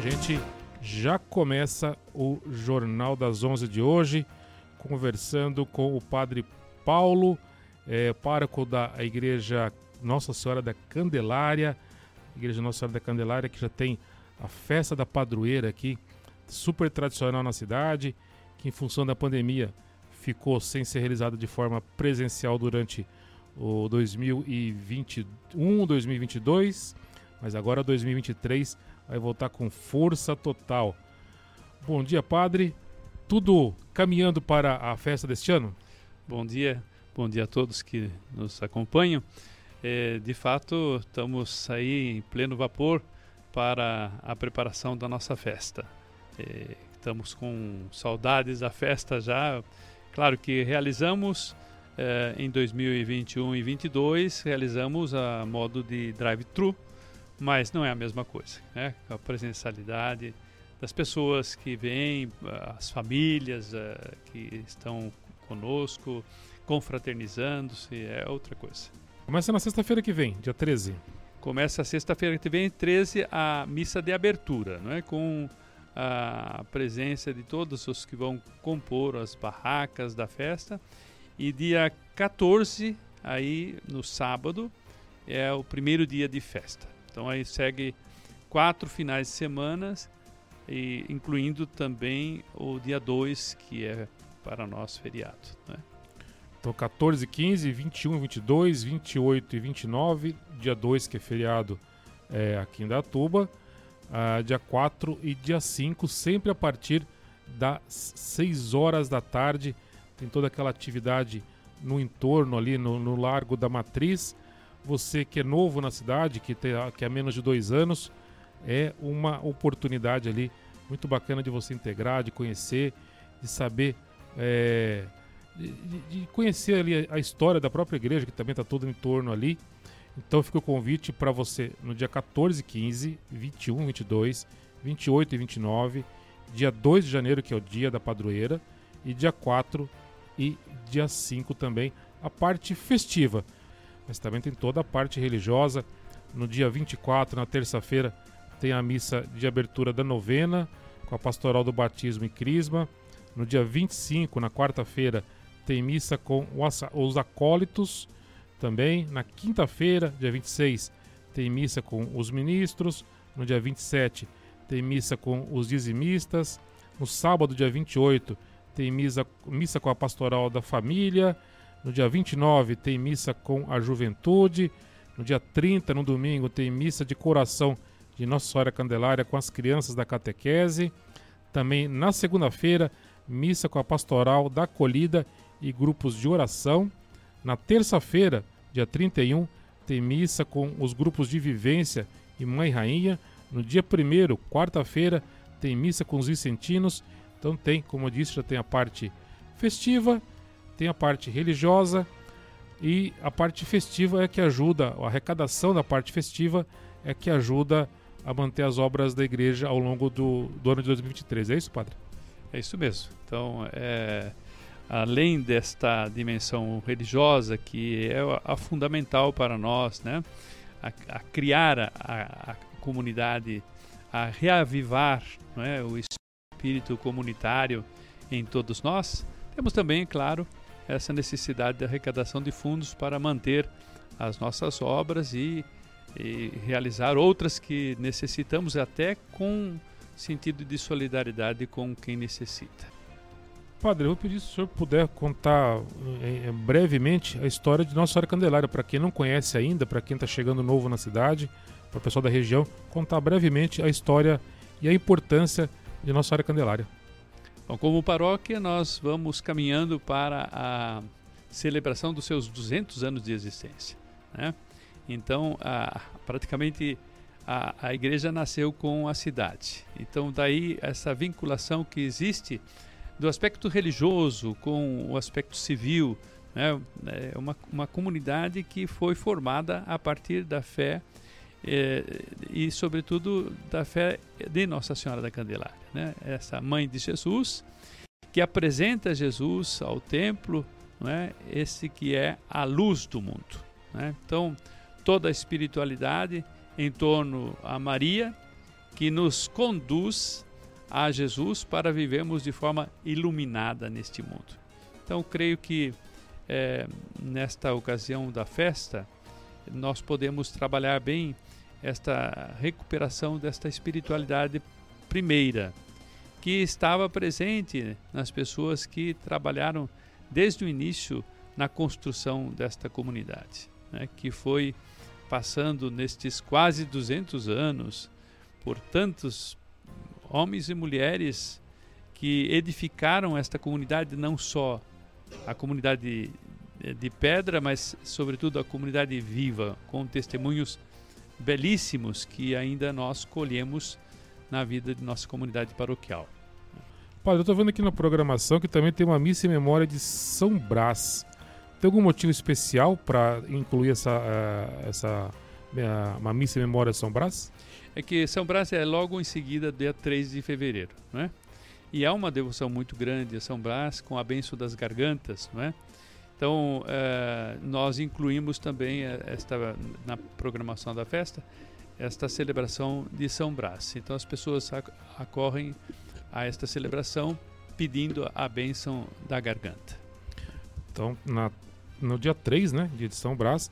A gente já começa o Jornal das 11 de hoje, conversando com o Padre Paulo, pároco da Igreja Nossa Senhora da Candelária, Igreja Nossa Senhora da Candelária, que já tem a festa da padroeira aqui, super tradicional na cidade, que em função da pandemia ficou sem ser realizada de forma presencial durante o 2021, 2022, mas agora 2023 vai voltar com força total. Bom dia, padre. Tudo caminhando para a festa deste ano? Bom dia a todos que nos acompanham. De fato, estamos aí em pleno vapor para a preparação da nossa festa. Estamos com saudades da festa já. Claro que realizamos em 2021 e 2022, realizamos a modo de drive-thru, mas não é a mesma coisa, né? A presencialidade das pessoas que vêm, as famílias que estão conosco, confraternizando-se, é outra coisa. Começa na sexta-feira que vem, dia 13. Começa sexta-feira que vem, 13, a missa de abertura, não é? Com a presença de todos os que vão compor as barracas da festa. E dia 14, aí no sábado, é o primeiro dia de festa. Então aí segue 4 finais de semana, e incluindo também o dia 2, que é para nós feriado, né? Então 14, 15, 21, 22, 28 e 29, dia 2 que é feriado aqui em Indaiatuba, dia 4 e dia 5, sempre a partir das 6 horas da tarde, tem toda aquela atividade no entorno ali, no Largo da Matriz. Você que é novo na cidade, que há menos de 2 anos, é uma oportunidade ali muito bacana de você integrar, de conhecer, de saber, de conhecer ali a história da própria igreja, que também está todo em torno ali. Então fica o convite para você no dia 14, 15, 21, 22, 28 e 29, dia 2 de janeiro, que é o dia da padroeira, e dia 4 e dia 5 também, a parte festiva. Mas também tem toda a parte religiosa. No dia 24, na terça-feira, tem a missa de abertura da novena, com a pastoral do batismo e crisma. No dia 25, na quarta-feira, tem missa com os acólitos. Também na quinta-feira, dia 26, tem missa com os ministros. No dia 27, tem missa com os dizimistas. No sábado, dia 28, tem missa com a pastoral da família. No dia 29, tem missa com a juventude. No dia 30, no domingo, tem missa de coração de Nossa Senhora Candelária com as crianças da catequese. Também na segunda-feira, missa com a pastoral da acolhida e grupos de oração. Na terça-feira, dia 31, tem missa com os grupos de vivência e Mãe Rainha. No dia 1º, quarta-feira, tem missa com os vicentinos. Então tem, como eu disse, já tem a parte festiva, tem a parte religiosa, e a parte festiva é que ajuda, a arrecadação da parte festiva é que ajuda a manter as obras da igreja ao longo do ano de 2023. É isso, padre? É isso mesmo. Então, além desta dimensão religiosa, que é a fundamental para nós, né? A criar a comunidade, a reavivar, não é? O espírito comunitário em todos nós, temos também, claro, essa necessidade de arrecadação de fundos para manter as nossas obras e realizar outras que necessitamos, até com sentido de solidariedade com quem necessita. Padre, eu vou pedir se o senhor puder contar brevemente a história de Nossa Senhora Candelária, para quem não conhece ainda, para quem está chegando novo na cidade, para o pessoal da região, contar brevemente a história e a importância de Nossa Senhora Candelária. Bom, como paróquia, nós vamos caminhando para a celebração dos seus 200 anos de existência, né? Então, praticamente a igreja nasceu com a cidade. Então, daí essa vinculação que existe do aspecto religioso com o aspecto civil, né? É uma comunidade que foi formada a partir da fé e, sobretudo, da fé de Nossa Senhora da Candelária, né? Essa mãe de Jesus, que apresenta Jesus ao templo, não é? Esse que é a luz do mundo, né? Então, toda a espiritualidade em torno a Maria, que nos conduz a Jesus para vivermos de forma iluminada neste mundo. Então, creio que nesta ocasião da festa, nós podemos trabalhar bem esta recuperação desta espiritualidade primeira, que estava presente nas pessoas que trabalharam desde o início na construção desta comunidade, né, que foi passando nestes quase 200 anos por tantos homens e mulheres que edificaram esta comunidade, não só a comunidade de pedra, mas sobretudo a comunidade viva, com testemunhos belíssimos que ainda nós colhemos na vida de nossa comunidade paroquial. Padre, eu estou vendo aqui na programação que também tem uma missa em memória de São Brás. Tem algum motivo especial para incluir uma missa em memória de São Brás? É que São Brás é logo em seguida, dia 3 de fevereiro, não é? E há uma devoção muito grande a São Brás com a bênção das gargantas, não é? Então, nós incluímos também na programação da festa, esta celebração de São Brás. Então, as pessoas acorrem a esta celebração pedindo a bênção da garganta. Então, no dia 3, né, dia de São Brás,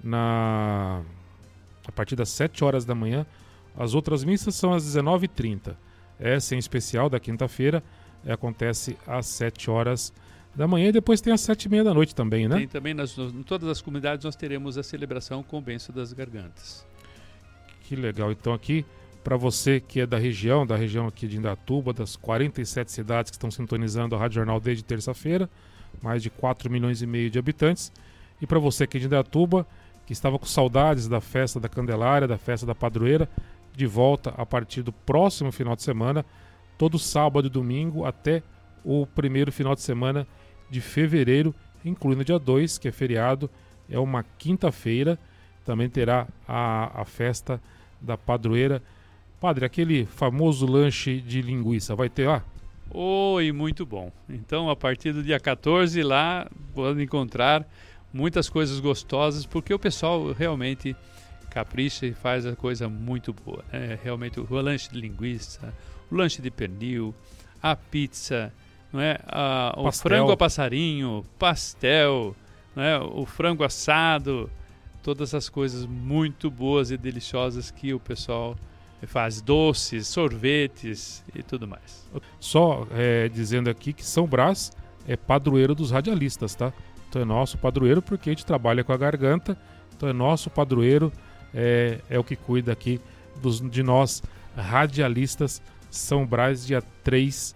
a partir das 7 horas da manhã, as outras missas são às 19h30. Essa em especial, da quinta-feira, acontece às 7 horas da manhã e depois tem às 7h30 da noite também, né? Tem também, em todas as comunidades nós teremos a celebração com bênção das gargantas. Que legal. Então aqui, para você que é da região aqui de Indaiatuba, das 47 cidades que estão sintonizando a Rádio Jornal desde terça-feira, mais de 4,5 milhões de habitantes, e para você aqui de Indaiatuba, que estava com saudades da festa da Candelária, da festa da Padroeira, de volta a partir do próximo final de semana, todo sábado e domingo até o primeiro final de semana de fevereiro, incluindo o dia 2, que é feriado, é uma quinta-feira, também terá a festa da Padroeira. Padre, aquele famoso lanche de linguiça, vai ter lá? Oi, muito bom. Então, a partir do dia 14 lá, podem encontrar muitas coisas gostosas, porque o pessoal realmente capricha e faz a coisa muito boa, né? Realmente o lanche de linguiça, o lanche de pernil, a pizza, não é? O frango a passarinho, pastel, não é? O frango assado, todas as coisas muito boas e deliciosas que o pessoal faz, doces, sorvetes e tudo mais. Só dizendo aqui que São Brás é padroeiro dos radialistas, tá? Então é nosso padroeiro porque a gente trabalha com a garganta, então é nosso padroeiro, é o que cuida aqui de nós radialistas. São Brás, dia 3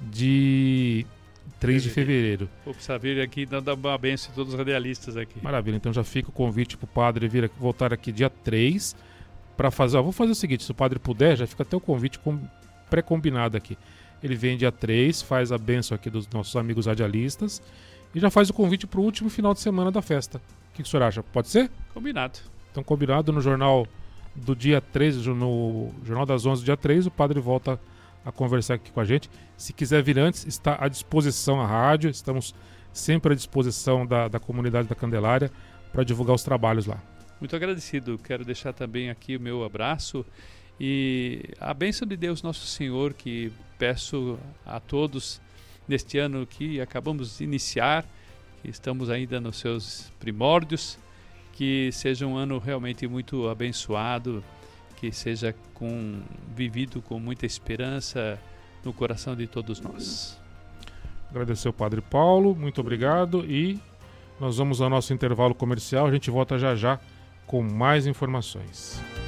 de fevereiro. Vou precisar vir aqui dando uma benção a todos os radialistas aqui. Maravilha, então já fica o convite para o padre voltar aqui dia 3 para fazer. Vou fazer o seguinte, se o padre puder, já fica até o convite pré-combinado aqui. Ele vem dia 3, faz a benção aqui dos nossos amigos radialistas e já faz o convite para o último final de semana da festa. O que o senhor acha? Pode ser? Combinado. Então, combinado, no jornal do dia 3, no Jornal das 11 do dia 3, o padre volta a conversar aqui com a gente. Se quiser vir antes, está à disposição a rádio, estamos sempre à disposição da comunidade da Candelária para divulgar os trabalhos lá. Muito agradecido, quero deixar também aqui o meu abraço e a bênção de Deus Nosso Senhor, que peço a todos neste ano que acabamos de iniciar, que estamos ainda nos seus primórdios, que seja um ano realmente muito abençoado, que seja vivido com muita esperança no coração de todos nós. Agradecer ao Padre Paulo, muito obrigado, e nós vamos ao nosso intervalo comercial, a gente volta já já com mais informações.